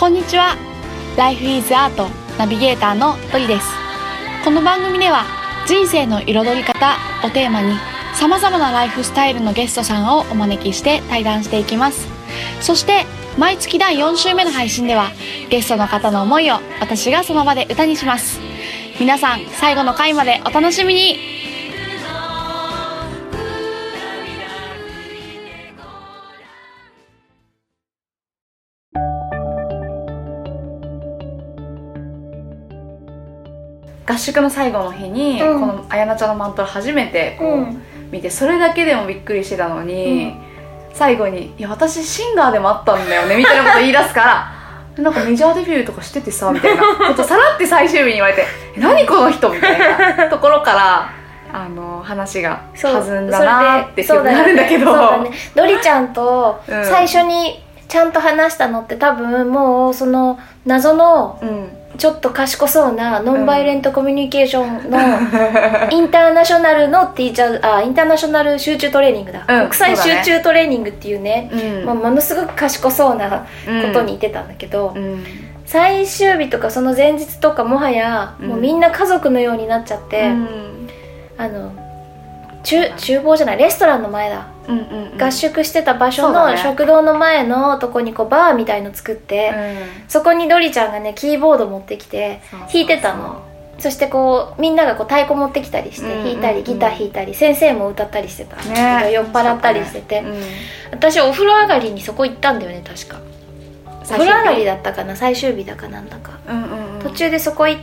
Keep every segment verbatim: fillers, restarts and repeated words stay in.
こんにちは。 Life is Art ナビゲーターのドリです。この番組では人生の彩り方をテーマにさまざまなライフスタイルのゲストさんをお招きして対談していきます。そして毎月だいよん週目の配信ではゲストの方の思いを私がその場で歌にします。皆さん最後の回までお楽しみに。合宿の最後の日に、うん、このあやなちゃんのマントラ初めてこう、うん、見て、それだけでもびっくりしてたのに、うん、最後に「いや私シンガーでもあったんだよね」みたいなこと言い出すからなんかメジャーデビューとかしててさみたいなことさらって最終日に言われて「何この人」みたいなところからあの話が弾んだなって記憶になるんだけど、そうだね、 ドリちゃんと最初にちゃんと話したのって多分もうその謎の、うんちょっと賢そうなノンバイレントコミュニケーションのインターナショナルのティーチャーあインターナショナル集中トレーニングだ、うん、国際集中トレーニングっていうね、うんまあ、ものすごく賢そうなことに言ってたんだけど、うん、最終日とかその前日とかもはやもうみんな家族のようになっちゃって、うん、あの厨厨房じゃないレストランの前だ、うんうんうん、合宿してた場所の食堂の前のとこにこうバーみたいの作って、うん、そこにドリちゃんがねキーボード持ってきて弾いてたの。そしてこうみんながこう太鼓持ってきたりして弾いたり、ギター弾いたり先生も歌ったりしてた、ね、酔っ払ったりしてて、ねうん、私お風呂上がりにそこ行ったんだよね確か。お風呂上がりだったかな最終日だかなんだか、うんうんうん、途中でそこ行って、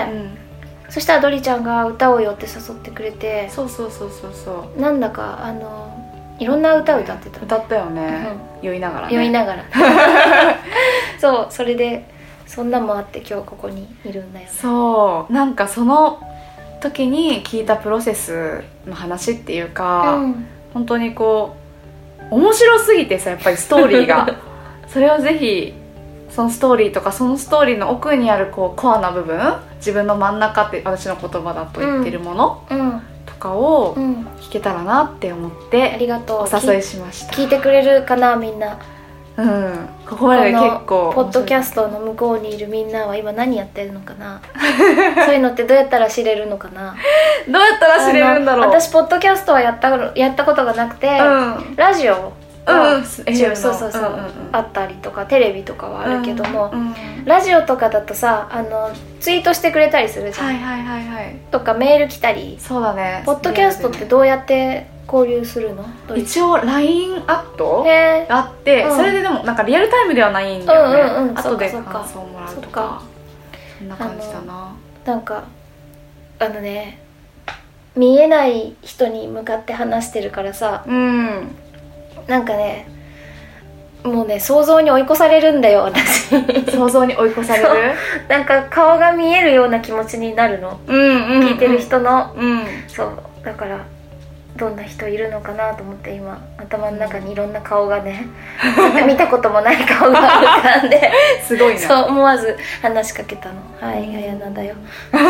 うんそしたらドリちゃんが歌おうよって誘ってくれてそうそうそうそうそうなんだかあのいろんな歌歌ってた、ね、 歌ったよね、うん、酔いながらね酔いながらそうそれでそんなもあって今日ここにいるんだよね。 そうなんかその時に聞いたプロセスの話っていうか、うん、本当にこう面白すぎてさやっぱりストーリーがそれをぜひそのストーリーとかそのストーリーの奥にあるこうコアな部分自分の真ん中って私の言葉だと言ってるもの、うん、とかを聞けたらなって思って、うん、 ありがとうお誘いしました。 聞いてくれるかなみんな。 うんここまで結構ポッドキャストの向こうにいるみんなは今何やってるのかなそういうのってどうやったら知れるのかなどうやったら知れるんだろう。 私ポッドキャストはやった、やったことがなくて、うん、ラジオうん、そうそうそう、うんうんうん、あったりとかテレビとかはあるけども、うんうん、ラジオとかだとさあのツイートしてくれたりするじゃん、はいはいはいはい、とかメール来たり。 そうだね。 ポッドキャストってどうやって交流するの？ 一応 ライン アットあって、うん、それででもなんかリアルタイムではないんだよね、うんうんうん、後で感想をもらうとかそんな感じだな。 なんかあのね見えない人に向かって話してるからさ、うんなんかねもうね想像に追い越されるんだよ私想像に追い越されるなんか顔が見えるような気持ちになるの、うんうんうん、聞いてる人の、うん、そうだからどんな人いるのかなと思って今頭の中にいろんな顔がね見たこともない顔が浮かんですごいなそう思わず話しかけたの。はいあやなだよ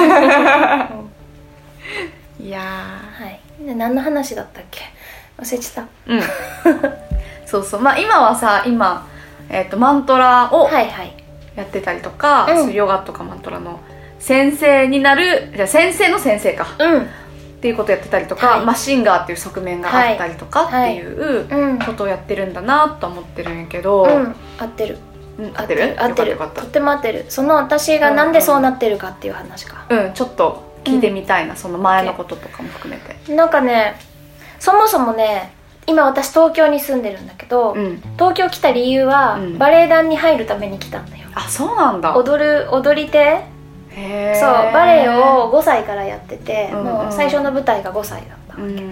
いやー、はい、で何の話だったっけ忘れちゃった、うん、 そうそうまあ今はさ今、えー、とマントラをやってたりとか、はいはい、ヨガとかマントラの先生になるじゃあ先生の先生か、うん、っていうことをやってたりとか、はい、マシンガーっていう側面があったりとかっていうことをやってるんだなと思ってるんやけど、うんうん、 合ってる、 うん、合ってる合ってるとっても合ってる。その私がなんでそうなってるかっていう話か、 うん、うん、ちょっと聞いてみたいな、うん、その前のこととかも含めて。 なんかねそもそもね今私東京に住んでるんだけど、うん、東京来た理由は、うん、バレエ団に入るために来たんだよ。 あそうなんだ。 踊る踊り手へそうバレエをごさいからやってて、うんうん、もう最初の舞台がごさいだったわけ、うんうん、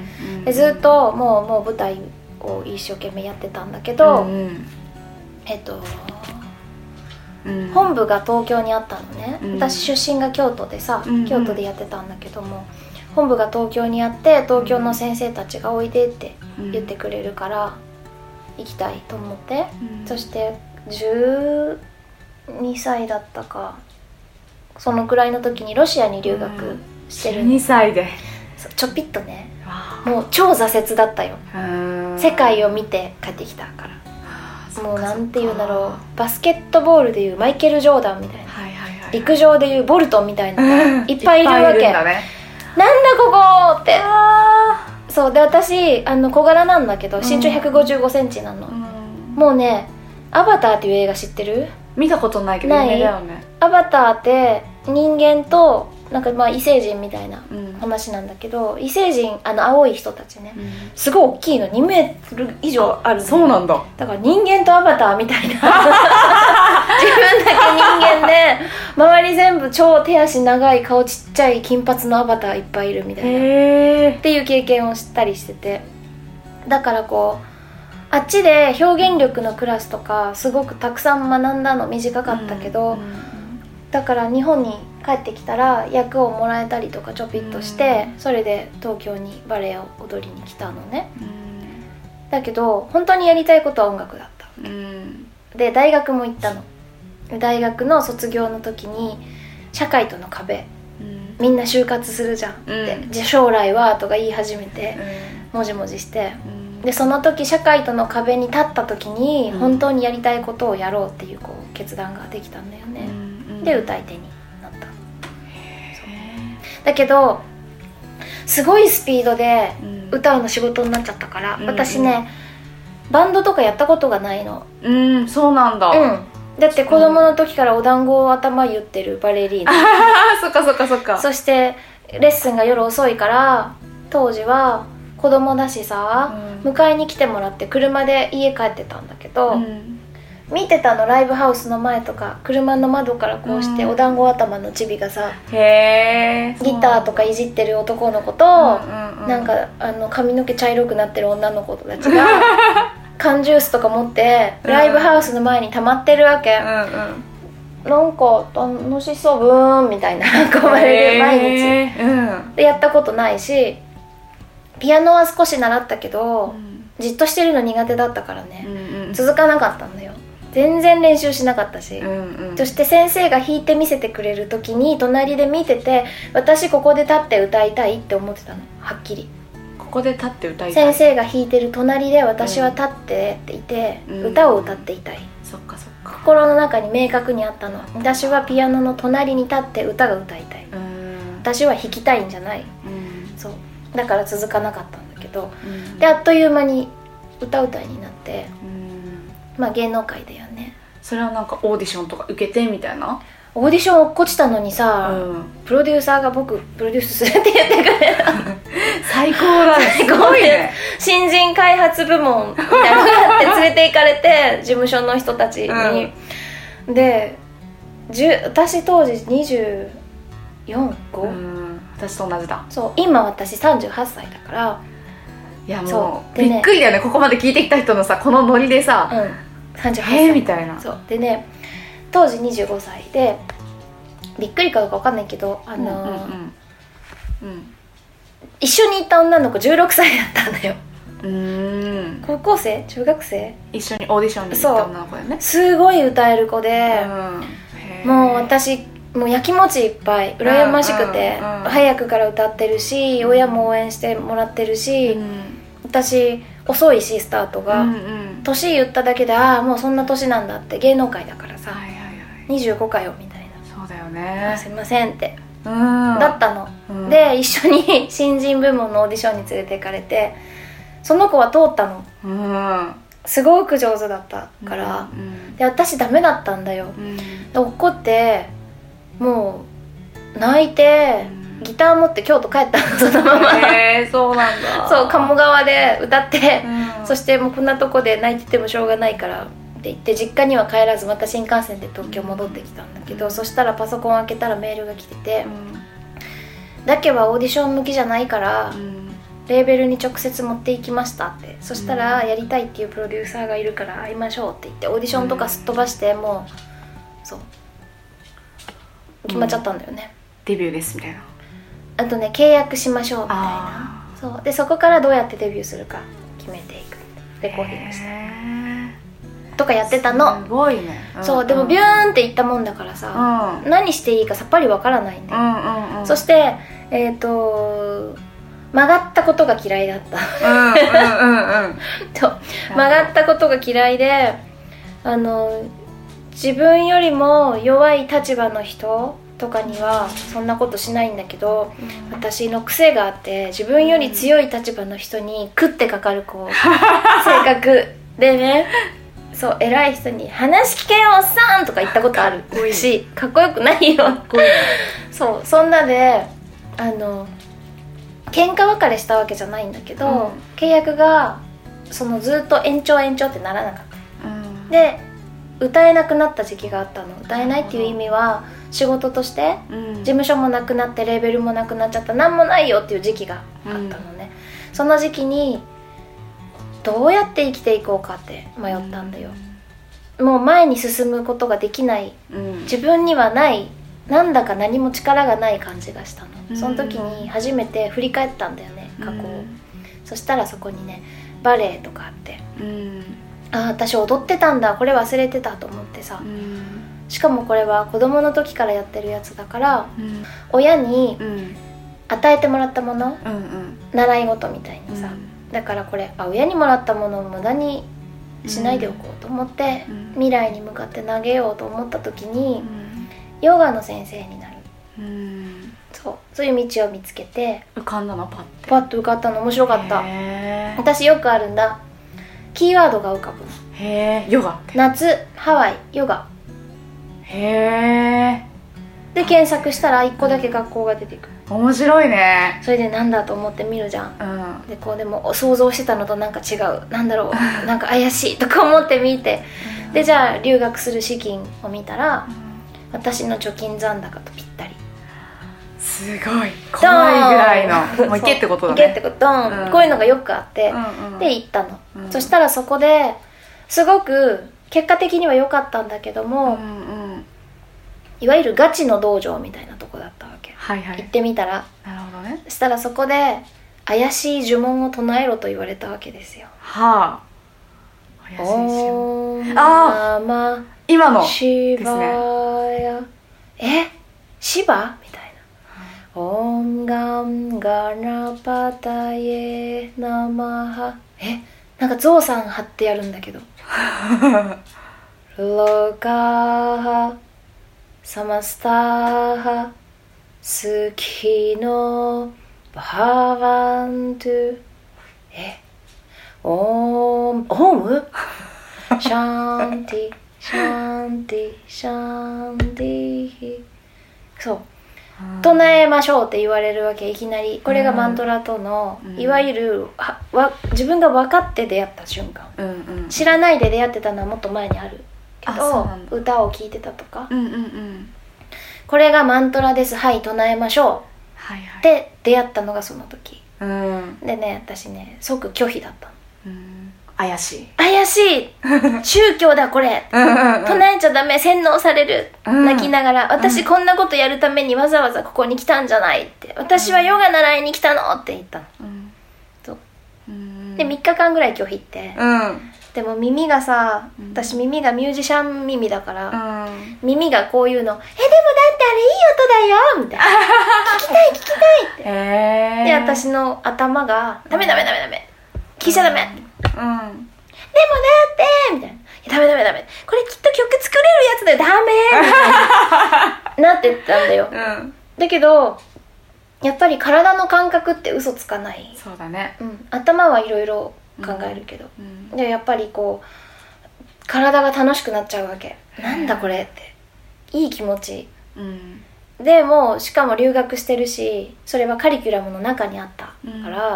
でずっともう、もう舞台を一生懸命やってたんだけど、うんうん、えっと、うん、本部が東京にあったのね、うん、私出身が京都でさ、うんうん、京都でやってたんだけども本部が東京にあって東京の先生たちがおいでって言ってくれるから行きたいと思って、うん、そしてじゅうにさいだったかそのくらいの時にロシアに留学してる、 うん、じゅうにさいでちょぴっとねもう超挫折だったよ。世界を見て帰ってきたからもうなんていうんだろう、バスケットボールでいうマイケル・ジョーダンみたいな、 はいはいはいはい、 陸上でいうボルトンみたいなのがいっぱいいるわけ、 いっぱいいるんだね、 なんだここって。そうで私あの小柄なんだけど身長ひゃくごじゅうごセンチなの、うん、もうねアバターっていう映画知ってる？ 見たことないけど有名だよね。 アバターって人間となんかまあ異星人みたいな話なんだけど、うん、異星人あの青い人たちね、うん、すごい大きいのにメートル以上あるの。 そうなんだ。 だから人間とアバターみたいな自分だけ人間で周り全部超手足長い顔ちっちゃい金髪のアバターいっぱいいるみたいなっていう経験をしたりしてて、だからこうあっちで表現力のクラスとかすごくたくさん学んだの短かったけど、うんうんうん、だから日本に帰ってきたら役をもらえたりとかちょぴっとして、うん、それで東京にバレエを踊りに来たのね、うん、だけど本当にやりたいことは音楽だった、うん、で大学も行ったの。大学の卒業の時に社会との壁、うん、みんな就活するじゃんって、うん、じゃあ将来はとか言い始めて、うん、もじもじして、うん、でその時社会との壁に立った時に、うん、本当にやりたいことをやろうっていう、こう決断ができたんだよね、うん、で歌い手になった。そうだけどすごいスピードで歌うの仕事になっちゃったから、うん、私ねバンドとかやったことがないの。 うん、そうなんだ。 うんだって子供の時からお団子を頭言ってるバレリーナ、 うん、そっかそっかそっか。そしてレッスンが夜遅いから当時は子供だしさ、うん、迎えに来てもらって車で家帰ってたんだけど、うん、見てたのライブハウスの前とか車の窓からこうして、うん、お団子頭のチビがさへギターとかいじってる男の子と、うんうんうん、なんかあの髪の毛茶色くなってる女の子たちが缶ジュースとか持ってライブハウスの前に溜まってるわけ、うんうん、なんか楽しそうブーンみたいなこうで毎日、うん、でやったことないしピアノは少し習ったけど、うん、じっとしてるの苦手だったからね、うんうん、続かなかったんだよ。全然練習しなかったし、うんうん、そして先生が弾いて見せてくれる時に隣で見てて私ここで立って歌いたいって思ってたの。はっきりここで立って歌いたい。 先生が弾いてる隣で私は立ってっていて、うん、歌を歌っていたい、 うん、そっかそっか。 心の中に明確にあったの。私はピアノの隣に立って歌が歌いたい、うん、私は弾きたいんじゃない、うん、そうだから続かなかったんだけど、うん、であっという間に歌うたいになって、うん、まあ芸能界だよね。 それはなんかオーディションとか受けてみたいな。 オーディション落っこちたのにさ、うん、プロデューサーが僕プロデュースするって言ってくれた最高だね。すごいね。 新人開発部門みたいなのがあって連れて行かれて事務所の人たちに、うん、で私当時にじゅうよん、ご、うん、 私と同じだ。 そう今私さんじゅうはっさいだから。 いやもう、ね、びっくりだよね。ここまで聞いてきた人のさこのノリでさ、 うん、さんじゅうはっさいえー、みたいな。 そうでね当時にじゅうごさいでびっくりかどうか分かんないけどあのーうんうんうん、一緒に行った女の子じゅうろくさいだったんだよ。うーん高校生中学生一緒にオーディションに行った女の子だよね。 すごい歌える子で、うん、もう私もうやきもちいっぱい羨ましくて、うんうんうん、早くから歌ってるし親も応援してもらってるし、うん、私遅いしスタートが、うんうん、年言っただけでああもうそんな年なんだって芸能界だからさ、はいはいはい、にじゅうごかよみたいな。 そうだよね。 すいませんって、うん、だったの、うん、で一緒に新人部門のオーディションに連れて行かれてその子は通ったの、うん、すごく上手だったから、うんうん、で私ダメだったんだよ、うん、で怒ってもう泣いて、うん、ギター持って京都帰ったのそのまま。 へーそうなんだ。 そう鴨川で歌って、うん、そしてもうこんなとこで泣いててもしょうがないからって言って実家には帰らずまた新幹線で東京戻ってきたんだけど、うん、そしたらパソコン開けたらメールが来てて、うん、だけはオーディション向きじゃないから、うん、レーベルに直接持っていきましたって。そしたらやりたいっていうプロデューサーがいるから会いましょうって言ってオーディションとかすっ飛ばしてもうそう決まっちゃったんだよね、 うん、デビューですみたいな。 あとね契約しましょうみたいな。そうでそこからどうやってデビューするか決めていくレコーディングしてとかやってたの。 すごいね、 うん、そうでもビューンっていったもんだからさ、うん、何していいかさっぱりわからないんだよ、うんうんうん、そしてえっ、ー、と曲がったことが嫌いだったうんうんうん、うん、と曲がったことが嫌いであの自分よりも弱い立場の人とかにはそんなことしないんだけど、うん、私の癖があって自分より強い立場の人に食ってかかるこう性格でね、そう偉い人に話聞けよおっさんとか言ったことあるし、かっこよくないよそうそんなであの喧嘩別れしたわけじゃないんだけど、うん、契約がそのずっと延長延長ってならなかった、うん、で歌えなくなった時期があったの。歌えないっていう意味は仕事として、うん、事務所もなくなってレーベルもなくなっちゃった、なんもないよっていう時期があったのね、うん、その時期にどうやって生きていこうかって迷ったんだよ、うん、もう前に進むことができない、うん、自分にはないなんだか何も力がない感じがしたの、うん、その時に初めて振り返ったんだよね過去を、うん、そしたらそこにねバレエとかあって、うん、ああ私踊ってたんだこれ忘れてたと思ってさ、うん、しかもこれは子供の時からやってるやつだから、うん、親に与えてもらったもの、うんうん、習い事みたいにさ、うん、だからこれあ親にもらったものを無駄にしないでおこうと思って、うん、未来に向かって投げようと思った時に、うん、ヨガの先生になる、うん、そうそういう道を見つけて浮かんだのパッてパッと浮かったの面白かった。私よくあるんだキーワードが浮かぶの。 へえヨガって夏ハワイヨガへえで検索したらいっこだけ学校が出てくる。 面白いね。 それでなんだと思って見るじゃん、うん、でこうでも想像してたのとなんか違うなんだろうなんか怪しいとか思って見てでじゃあ留学する資金を見たら、うん、私の貯金残高とぴったり。 すごい怖いぐらいのもう行けってことだね。 行けってこと、うん、こういうのがよくあって、うんうん、で行ったの、うん、そしたらそこですごく結果的には良かったんだけども、うんうん、いわゆるガチの道場みたいなとこだったわけ、はいはい、行ってみたらなるほどね。 そしたらそこで怪しい呪文を唱えろと言われたわけですよ。 はあ怪しい呪文ああ今のシバですね。 えシバみたいなオンガンガナパタイエナマハえなんかゾウさん貼ってやるんだけどロカハサマスタハスキノバハワントゥえオームオームシャンティシャンティシャンティそう唱えましょうって言われるわけいきなり。これがマントラとの、うん、いわゆるはわ自分が分かって出会った瞬間、うんうん、知らないで出会ってたのはもっと前にあるけど歌を聴いてたとか、うんうんうん、これがマントラですはい唱えましょう、はいはい、で出会ったのがその時、うん、でね私ね即拒否だったの、うん怪しい怪しい宗教だこれうんうん、うん、唱えちゃダメ洗脳される、うん、泣きながら私こんなことやるためにわざわざここに来たんじゃないって私はヨガ習いに来たのって言ったの、うん、そう、うん、でみっかかんぐらい拒否って、うん、でも耳がさ私耳がミュージシャン耳だから、うん、耳がこういうのえでもだってあれいい音だよみたいな聞きたい聞きたいって、えー、で私の頭がダメダメダメダメ聞いちゃダメ、うんうん、でもだってみたいなダメダメダメこれきっと曲作れるやつだよダメみたいななってったんだよ、うん、だけどやっぱり体の感覚って嘘つかない。 そうだね、 うん、頭はいろいろ考えるけど、うんうん、でやっぱりこう体が楽しくなっちゃうわけ、なんだこれっていい気持ち、うん、でもしかも留学してるしそれはカリキュラムの中にあったから、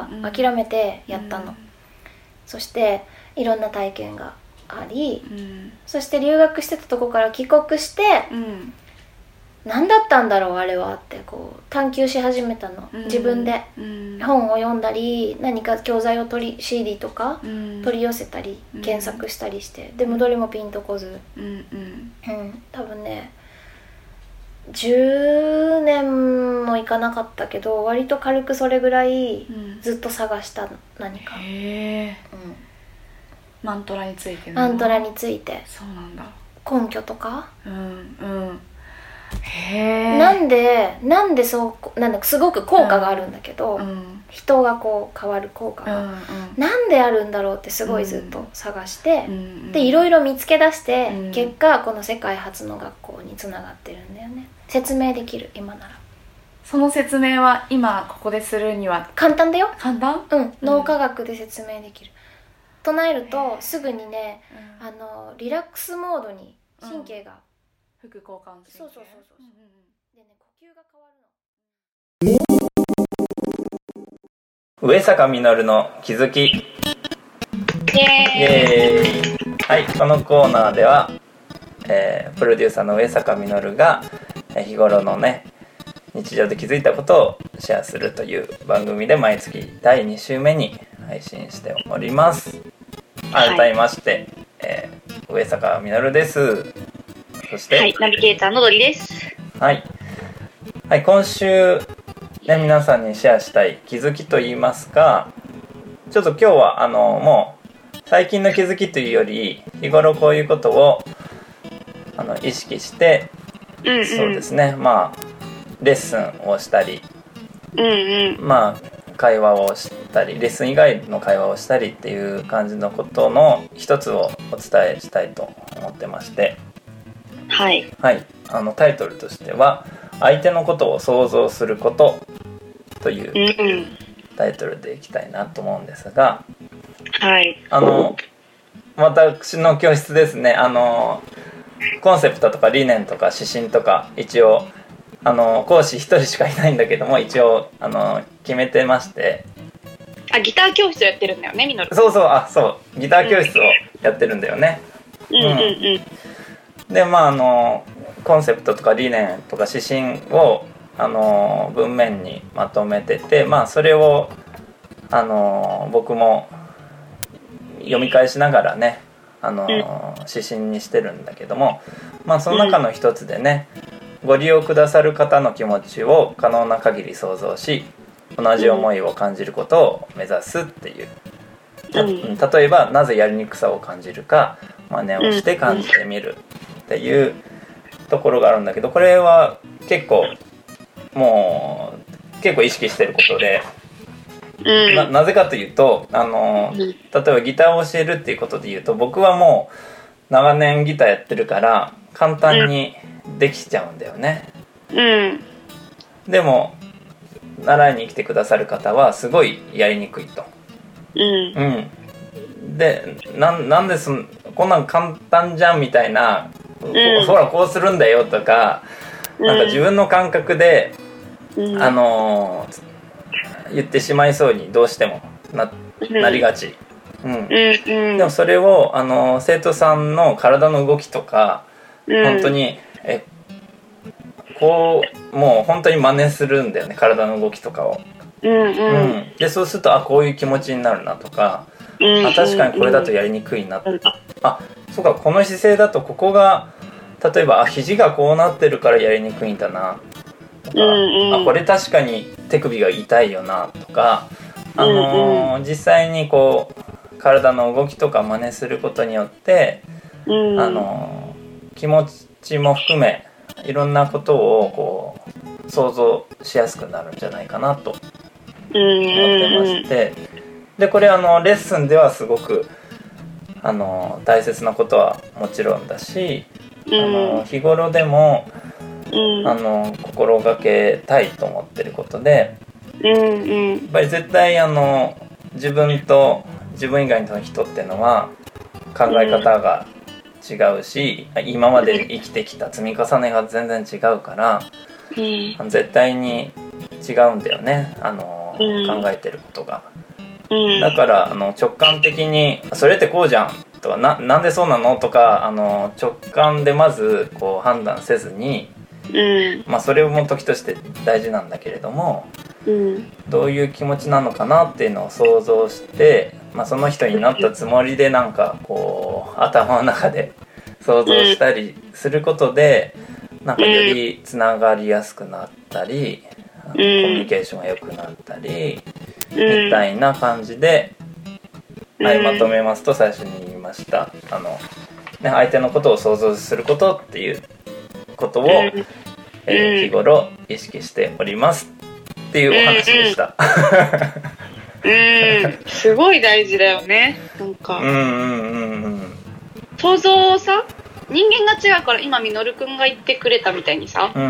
うん、諦めてやったの、うん、そしていろんな体験があり、うん、そして留学してたとこから帰国して、うん、何だったんだろうあれはってこう探求し始めたの、うん、自分で、うん、本を読んだり何か教材を取り シーディー とか、うん、取り寄せたり、うん、検索したりしてでもどれもピンとこず、うんうんうん、多分ねじゅうねんもいかなかったけど割と軽くそれぐらいずっと探した何か、 へえ、うん、マントラについてマントラについてそうなんだ根拠とかうんうんへなんでなんでそうなんだすごく効果があるんだけど、うん、人がこう変わる効果が、うんうん、なんであるんだろうってすごいずっと探して、うん、でいろいろ見つけ出して、うん、結果この世界初の学校につながってるんだよね。説明できる今なら。 その説明は今ここでするには簡単だよ。 簡単？ うん、脳科学で説明できる。唱えるとすぐにね、うん、あのリラックスモードに神経が、 うん、副交感神経。 そうそうそうそう、うんうん、でね呼吸が変わるの。上坂みのるの気づき。イエーイ。はい、このコーナーでは、えー、プロデューサーの上坂みのるが、えー、日頃のね日常で気づいたことをシェアするという番組で毎月だいに週目に配信しております。改めまして、はい、えー、上坂みのるです。そして、 はい、ナビゲーターのどりです。 はい、はい、今週、ね、皆さんにシェアしたい気づきといいますか、ちょっと今日はあのもう最近の気づきというより日頃こういうことをあの意識して、うんうん、そうですね、まあレッスンをしたり、うんうん、まあ会話をしたりレッスン以外の会話をしたりっていう感じのことの一つをお伝えしたいと思ってまして、 はい、 はい、あのタイトルとしては相手のことを想像することというタイトルでいきたいなと思うんですが、 はい、 あの私の教室ですね、あのコンセプトとか理念とか指針とか一応あの講師ひとりしかいないんだけども一応あの決めてまして、 あギター教室をやってるんだよねみのる。 そうそう、あそうギター教室をやってるんだよね。 うんうんうん、 うん、でまああのコンセプトとか理念とか指針をあの文面にまとめてて、まあそれをあの僕も読み返しながらねあの、うん、指針にしてるんだけども、まあその中の一つでね、うん、ご利用くださる方の気持ちを可能な限り想像し同じ思いを感じることを目指すっていう、うん、例えばなぜやりにくさを感じるか真似をして感じてみるっていうところがあるんだけど、これは結構もう結構意識してることで、うん、な, なぜかというとあの例えばギターを教えるっていうことで言うと僕はもう長年ギターやってるから簡単にできちゃうんだよね、 うん、 でも習いに来てくださる方はすごいやりにくいと、うんうん、で な, なんですこんなん簡単じゃんみたいな、うん、ほらこうするんだよとか、なんか自分の感覚で、うん、あのー、言ってしまいそうにどうしても な, なりがち、うんうん、でもそれを、あのー、生徒さんの体の動きとか、うん、本当にえこうもう本当に真似するんだよね、体の動きとかを、うんうんうん、でそうするとあこういう気持ちになるなとか、うんうん、あ確かにこれだとやりにくいな、うん、あそうかこの姿勢だとここが例えばあ肘がこうなってるからやりにくいんだなとか、うんうん、あこれ確かに手首が痛いよなとか、あのーうんうん、実際にこう体の動きとか真似することによって、うん、あのー、気持ちも含めいろんなことをこう想像しやすくなるんじゃないかなと思ってまして、でこれあのレッスンではすごくあの大切なことはもちろんだし、あの日頃でもあの心がけたいと思ってることで、やっぱり絶対あの自分と自分以外の人っていうのは考え方が違うし、今まで生きてきた積み重ねが全然違うから、うん、絶対に違うんだよね、あの、うん、考えてることが、うん、だからあの直感的にそれってこうじゃんとか な, なんでそうなのとかあの直感でまずこう判断せずに、うんまあ、それも時として大事なんだけれども、うん、どういう気持ちなのかなっていうのを想像して、まあ、その人になったつもりでなんかこう頭の中で想像したりすることで、なんかよりつながりやすくなったり、コミュニケーションが良くなったりみたいな感じで、はい、まとめますと最初に言いましたあの、ね、相手のことを想像することっていうことをえー、日頃意識しておりますっていうお話でした。 うん、うん、すごい大事だよね。なんか、うんうんうんうん、想像をさ、人間が違うから今みのるくんが言ってくれたみたいにさ、うん、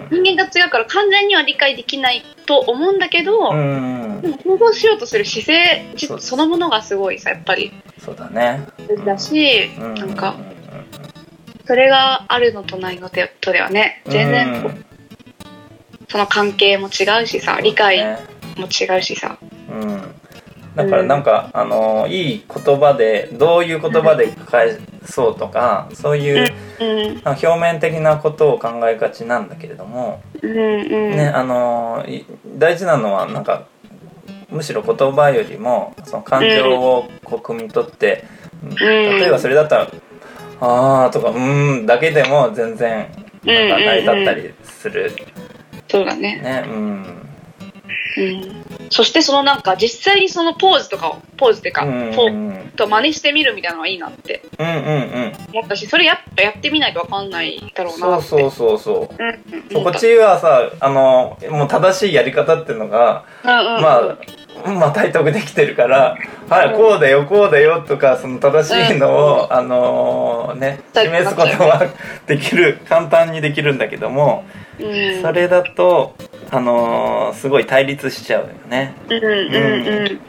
人間が違うから完全には理解できないと思うんだけど、うん、でも想像しようとする姿勢そのものがすごいさ、やっぱりそうだねだし、うん、なんかそれがあるのとないのとではね、全然、うん、その関係も違うしさ、理解も違うしさ、うん、 だからなんか、うん、あのいい言葉でどういう言葉で返そうとか、そういう、うん、表面的なことを考えがちなんだけれども、うんうんね、あの大事なのはなんかむしろ言葉よりもその感情をこう汲み取って、うん、例えばそれだったら「あー」とか「うーん」だけでも全然なんか成り立ったりする、うんうんうん、 そうだね、 ね、うんうん、そしてそのなんか実際にそのポーズとかをポーズっていうか、うんうん、フォーと真似してみるみたいなのがいいなって思ったし、それやっぱやってみないと分かんないだろうなって。 そうそうそうそう、うんうん、そうこっちはさ、あのもう正しいやり方っていうのが、うんうんうん、まあまあ体得できてるから「はい、こうだよこうだよ」とかその正しいのを、うん、あのね示すことはできる、簡単にできるんだけども、うん、それだとあのー、すごい対立しちゃうよね、うんうんうん、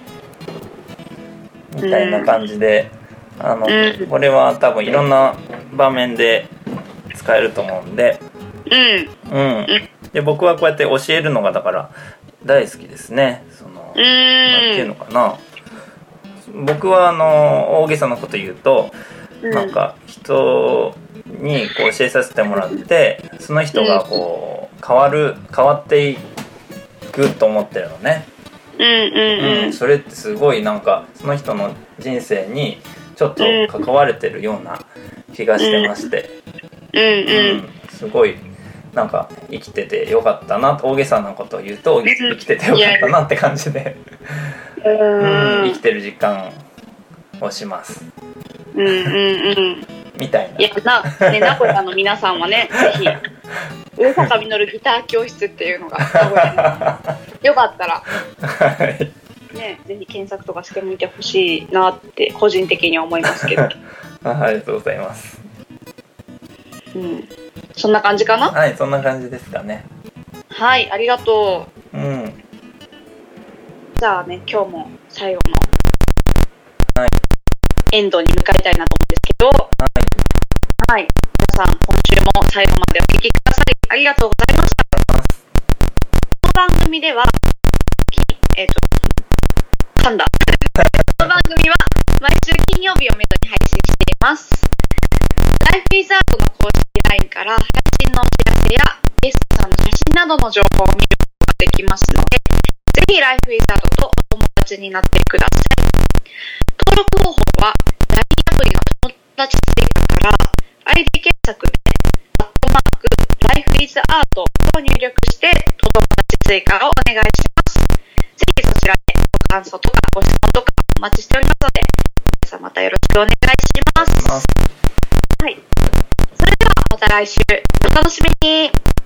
みたいな感じで、あの、うん、これは多分いろんな場面で使えると思うんで、うんうん、で僕はこうやって教えるのがだから大好きですね。そのなんていうのかな、僕はあの大げさなこと言うと、なんか人にこう教えさせてもらって、その人がこう変わる変わっていくと思ってるのね、うんうんうん、それってすごいなんかその人の人生にちょっと関われてるような気がしてまして、うんうんうん、すごいなんか生きててよかったな、大げさなことを言うと生きててよかったなって感じで、うん、生きてる実感をします、うんうんうんみたいな。 いやな、ね、名古屋の皆さんはね、ぜひ大坂みのるギター教室っていうのが名古屋によかったら、はいね、ぜひ検索とかしてみてほしいなって個人的には思いますけど。 あ, ありがとうございます、 うん、そんな感じかな。 はい、そんな感じですかね。 はい、ありがとう、うん、じゃあね、今日も最後のエンドに向かいたいなと思うんですけど、はい、はい、皆さん今週も最後までお聞きくださりありがとうございました。この番組ではえっ、ー、と噛んだこの番組は毎週金曜日をめどに配信しています。ライフイズアートの公式 ライン から配信のお知らせやゲストさんの写真などの情報を見ることができますので、ぜひライフイズアートとお友達になってください。登録方法は ライン アプリの友達追加から アイディー 検索でアットマークライフイズアートと入力してお友達追加をお願いします。ぜひそちらでご感想とかご質問とかお待ちしておりますので、皆さんまたよろしくお願いします。はい。それではまた来週お楽しみに。